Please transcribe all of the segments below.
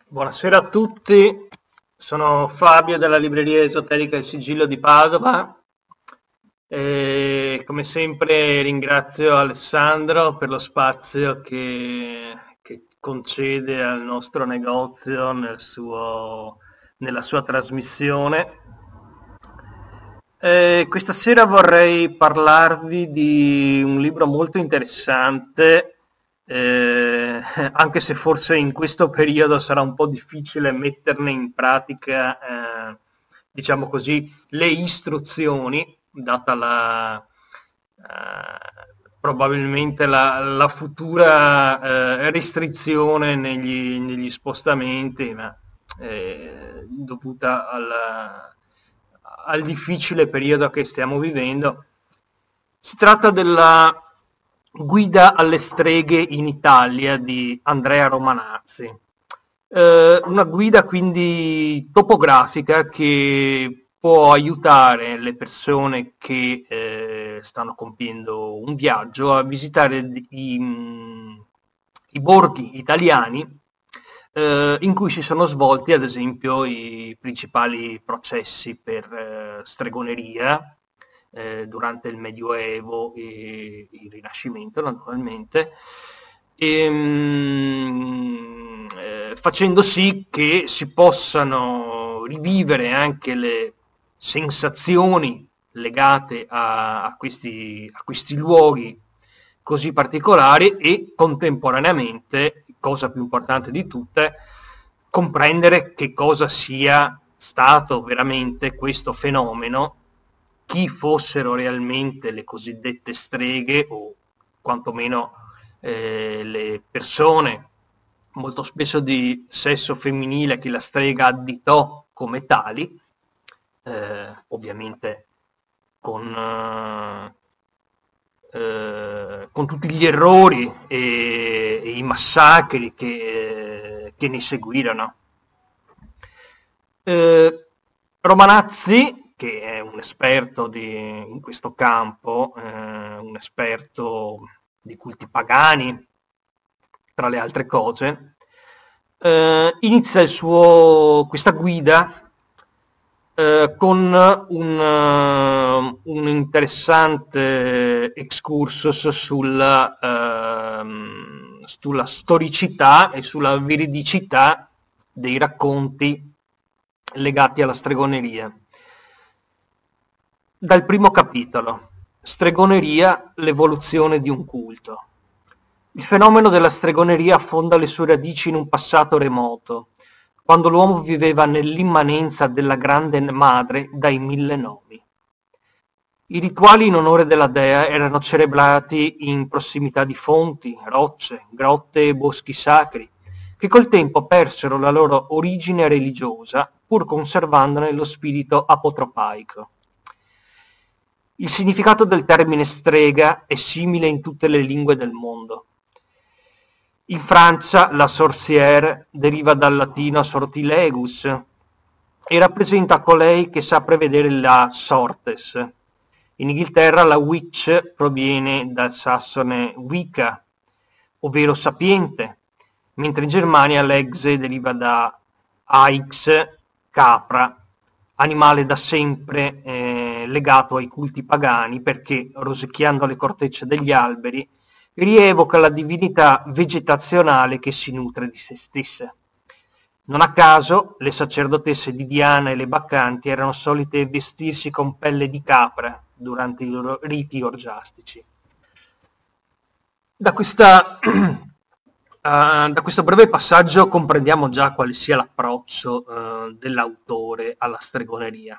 Buonasera a tutti, sono Fabio della libreria esoterica Il Sigillo di Padova e come sempre ringrazio Alessandro per lo spazio che concede al nostro negozio nella sua trasmissione. Questa sera vorrei parlarvi di un libro molto interessante, eh, anche se forse in questo periodo sarà un po' difficile metterne in pratica, diciamo così, le istruzioni, data probabilmente la futura restrizione negli spostamenti, ma dovuta al difficile periodo che stiamo vivendo. Si tratta della Guida alle streghe in Italia di Andrea Romanazzi. Una guida quindi topografica che può aiutare le persone che stanno compiendo un viaggio a visitare i borghi italiani in cui si sono svolti ad esempio i principali processi per stregoneria durante il Medioevo e il Rinascimento naturalmente, facendo sì che si possano rivivere anche le sensazioni legate a questi luoghi così particolari e contemporaneamente, cosa più importante di tutte, comprendere che cosa sia stato veramente questo fenomeno, chi fossero realmente le cosiddette streghe o quantomeno le persone molto spesso di sesso femminile che la strega additò come tali, ovviamente con, con tutti gli errori e i massacri che ne seguirono. Romanazzi, che è un esperto in questo campo, un esperto di culti pagani, tra le altre cose, inizia questa guida con un interessante excursus sulla storicità e sulla veridicità dei racconti legati alla stregoneria. Dal primo capitolo: Stregoneria, l'evoluzione di un culto. Il fenomeno della stregoneria affonda le sue radici in un passato remoto, quando l'uomo viveva nell'immanenza della Grande Madre dai 1000 nomi. I rituali in onore della dea erano celebrati in prossimità di fonti, rocce, grotte e boschi sacri, che col tempo persero la loro origine religiosa, pur conservandone lo spirito apotropaico. Il significato del termine strega è simile in tutte le lingue del mondo. In Francia la sorcière deriva dal latino sortilegus e rappresenta colei che sa prevedere la sortes. In Inghilterra la witch proviene dal sassone Wicca, ovvero sapiente, mentre in Germania l'exe deriva da Aix, capra, animale da sempre legato ai culti pagani perché, rosicchiando le cortecce degli alberi, rievoca la divinità vegetazionale che si nutre di se stessa. Non a caso le sacerdotesse di Diana e le baccanti erano solite vestirsi con pelle di capra durante i loro riti orgiastici. Da questo breve passaggio comprendiamo già quale sia l'approccio dell'autore alla stregoneria.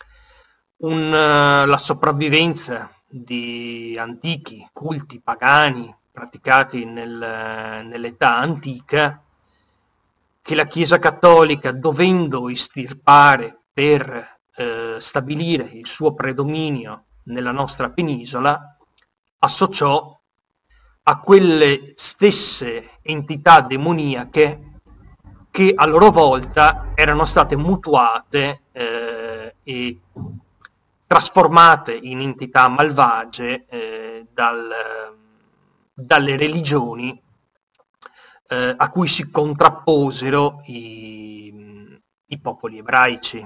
La sopravvivenza di antichi culti pagani praticati nell'età antica, che la Chiesa Cattolica, dovendo estirpare per stabilire il suo predominio nella nostra penisola, associò a quelle stesse entità demoniache che a loro volta erano state mutuate e trasformate in entità malvagie dalle religioni a cui si contrapposero i popoli ebraici,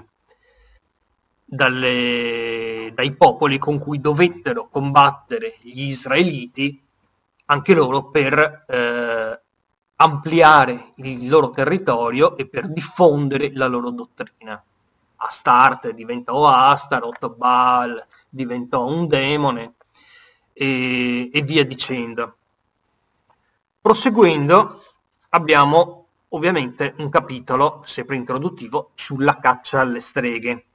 dai popoli con cui dovettero combattere gli israeliti, anche loro per ampliare il loro territorio e per diffondere la loro dottrina. Astarte diventò Astaroth, Baal diventò un demone e via dicendo. Proseguendo, abbiamo ovviamente un capitolo, sempre introduttivo, sulla caccia alle streghe,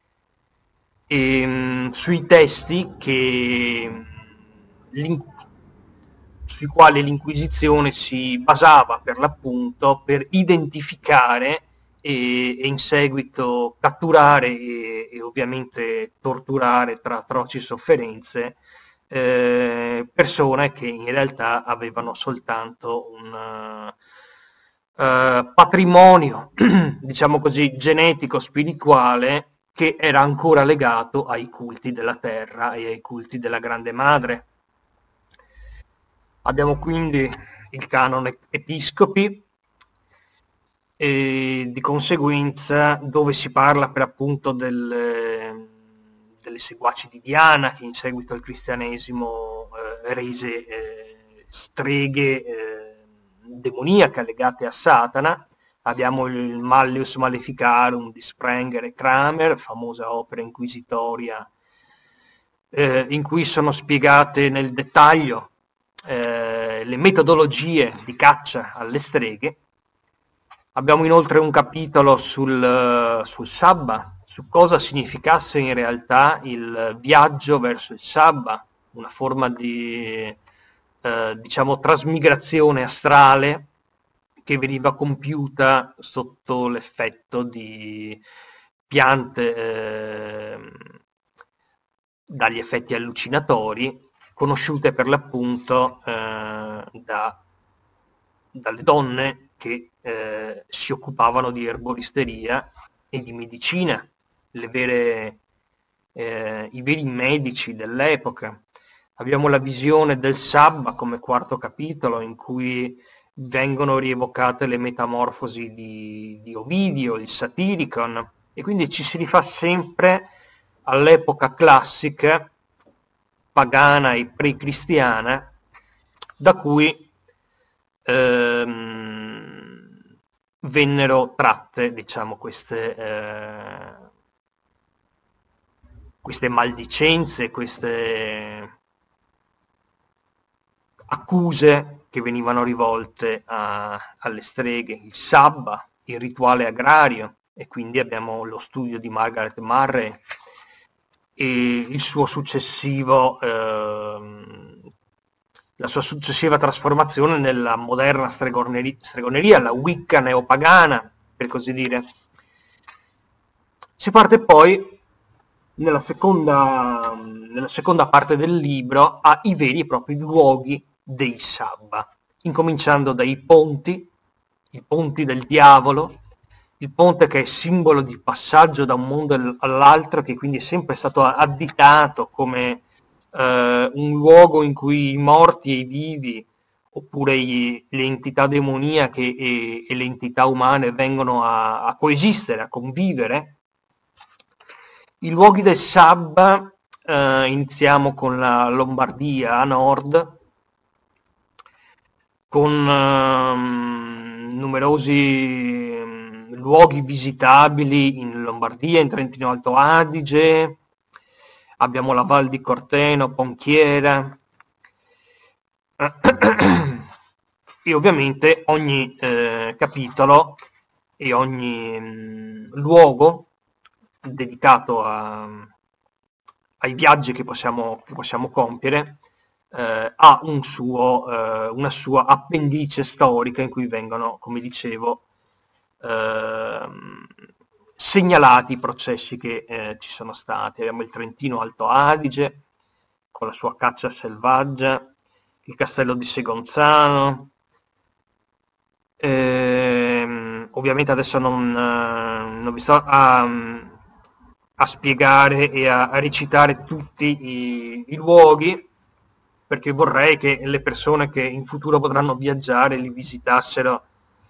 sui testi sui quali l'Inquisizione si basava per l'appunto per identificare e in seguito catturare e ovviamente torturare tra atroci sofferenze persone che in realtà avevano soltanto un patrimonio, diciamo così, genetico, spirituale, che era ancora legato ai culti della terra e ai culti della Grande Madre. Abbiamo quindi il canone episcopi e di conseguenza dove si parla per appunto delle seguaci di Diana che in seguito al cristianesimo rese streghe demoniache legate a Satana. Abbiamo il Malleus Maleficarum di Sprenger e Kramer, famosa opera inquisitoria in cui sono spiegate nel dettaglio le metodologie di caccia alle streghe. Abbiamo inoltre un capitolo sul Sabba, su cosa significasse in realtà il viaggio verso il Sabba, una forma di diciamo trasmigrazione astrale che veniva compiuta sotto l'effetto di piante dagli effetti allucinatori, conosciute per l'appunto dalle donne che si occupavano di erboristeria e di medicina, i veri medici dell'epoca. Abbiamo la visione del Sabba come quarto capitolo, in cui vengono rievocate le metamorfosi di Ovidio, il Satiricon, e quindi ci si rifà sempre all'epoca classica, pagana e pre-cristiana, da cui vennero tratte, diciamo, queste maldicenze, queste accuse che venivano rivolte alle streghe, il Sabba, il rituale agrario, e quindi abbiamo lo studio di Margaret Murray e il suo successivo la sua successiva trasformazione nella moderna stregoneria, la Wicca neopagana, per così dire. Si parte poi nella seconda parte del libro ai veri e propri luoghi dei Sabba, incominciando dai ponti, i ponti del diavolo, il ponte che è simbolo di passaggio da un mondo all'altro, che quindi è sempre stato additato come un luogo in cui i morti e i vivi, oppure le entità demoniache e le entità umane vengono a coesistere, a convivere. I luoghi del Sabba, iniziamo con la Lombardia a nord, con numerosi luoghi visitabili in Lombardia, in Trentino Alto Adige. Abbiamo la Val di Corteno, Ponchiera, e ovviamente ogni capitolo e ogni luogo dedicato ai viaggi che possiamo compiere ha una sua appendice storica in cui vengono, come dicevo, segnalati i processi che ci sono stati. Abbiamo il Trentino Alto Adige con la sua caccia selvaggia, il castello di Segonzano. Ovviamente adesso non vi sto a spiegare e a recitare tutti i luoghi, perché vorrei che le persone che in futuro potranno viaggiare li visitassero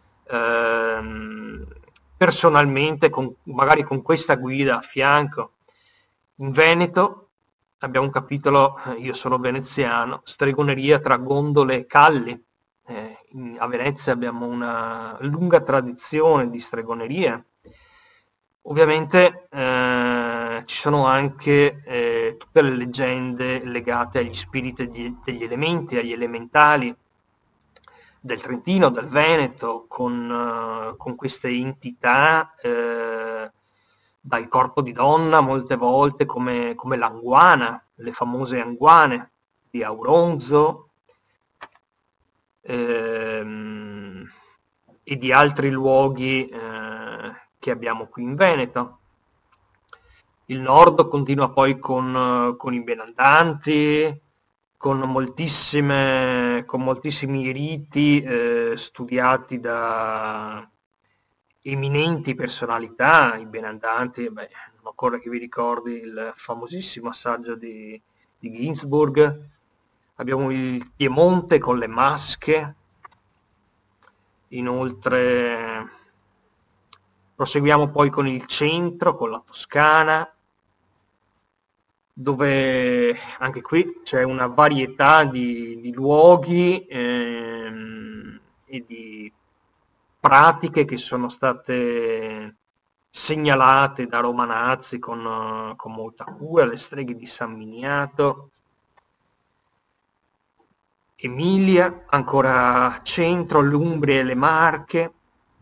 personalmente, magari con questa guida a fianco. In Veneto abbiamo un capitolo, io sono veneziano, stregoneria tra gondole e calli. A Venezia abbiamo una lunga tradizione di stregoneria. Ovviamente ci sono anche tutte le leggende legate agli spiriti degli elementi, agli elementali del Trentino, del Veneto, con queste entità dal corpo di donna molte volte, come l'anguana, le famose anguane di Auronzo, e di altri luoghi che abbiamo qui in Veneto. Il nord continua poi con i benandanti, con moltissimi riti studiati da eminenti personalità, i benandanti. Non occorre che vi ricordi il famosissimo saggio di Ginsburg. Abbiamo il Piemonte con le masche. Inoltre proseguiamo poi con il centro, con la Toscana, dove anche qui c'è una varietà di luoghi e di pratiche che sono state segnalate da Romanazzi con molta cura, le streghe di San Miniato. Emilia, ancora centro, l'Umbria e le Marche,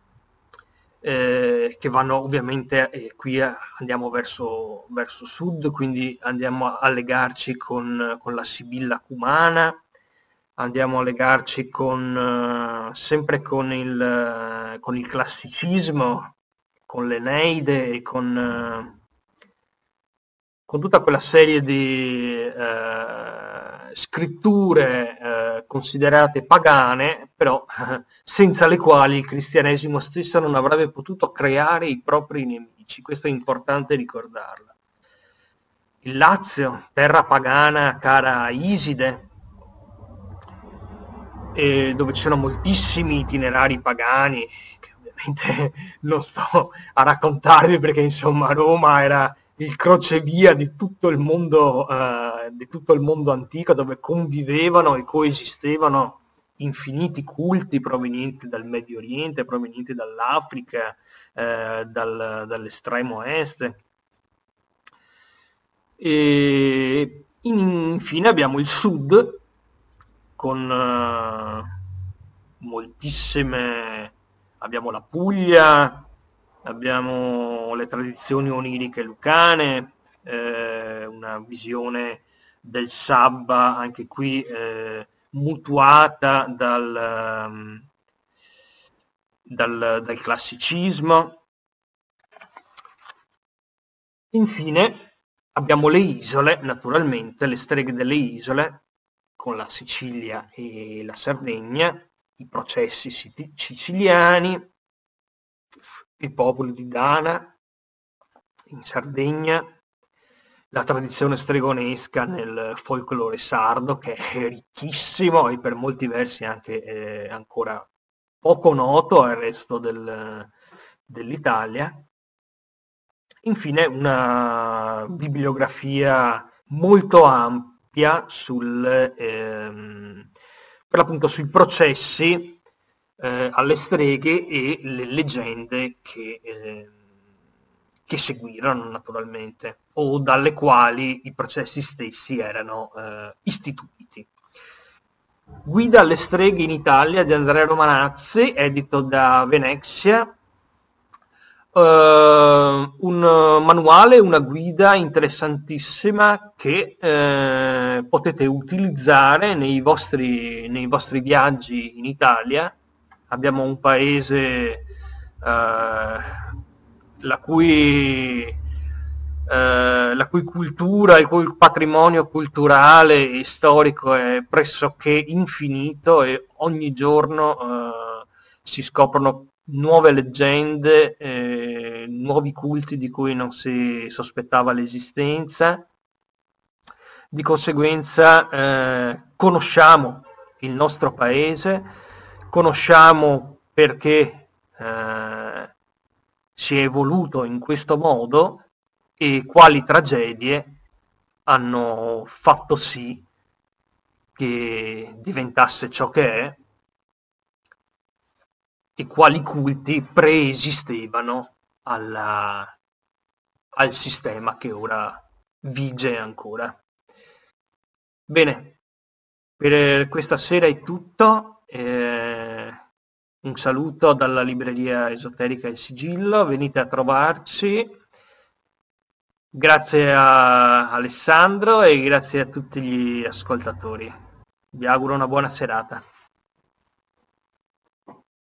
che vanno ovviamente, qui andiamo verso sud, quindi andiamo a legarci con la Sibilla Cumana, andiamo a legarci sempre con il classicismo, con l'Eneide e con tutta quella serie di scritture considerate pagane, però senza le quali il cristianesimo stesso non avrebbe potuto creare i propri nemici. Questo è importante ricordarlo. Il Lazio, terra pagana cara a Iside, dove ci sono moltissimi itinerari pagani, che ovviamente non sto a raccontarvi perché insomma Roma era il crocevia di tutto il mondo antico, dove convivevano e coesistevano infiniti culti provenienti dal Medio Oriente, provenienti dall'Africa, dall'estremo est. E infine abbiamo il sud con moltissime, abbiamo la Puglia, abbiamo le tradizioni oniriche lucane, una visione del sabba anche qui mutuata dal classicismo. Infine abbiamo le isole, naturalmente, le streghe delle isole, con la Sicilia e la Sardegna, i processi siciliani, il popolo di Dana in Sardegna, la tradizione stregonesca nel folklore sardo, che è ricchissimo e per molti versi anche ancora poco noto al resto dell'Italia. Infine una bibliografia molto ampia per l'appunto sui processi alle streghe e le leggende che seguirono naturalmente, o dalle quali i processi stessi erano istituiti. Guida alle streghe in Italia di Andrea Romanazzi, edito da Venezia, un manuale, una guida interessantissima che potete utilizzare nei vostri viaggi in Italia. Abbiamo un paese la cui cultura, il cui patrimonio culturale e storico è pressoché infinito, e ogni giorno si scoprono nuove leggende, nuovi culti di cui non si sospettava l'esistenza. Di conseguenza conosciamo il nostro paese, conosciamo perché si è evoluto in questo modo e quali tragedie hanno fatto sì che diventasse ciò che è e quali culti preesistevano al sistema che ora vige ancora. Bene, per questa sera è tutto. Un saluto dalla libreria esoterica Il Sigillo, venite a trovarci. Grazie a Alessandro e grazie a tutti gli ascoltatori. Vi auguro una buona serata.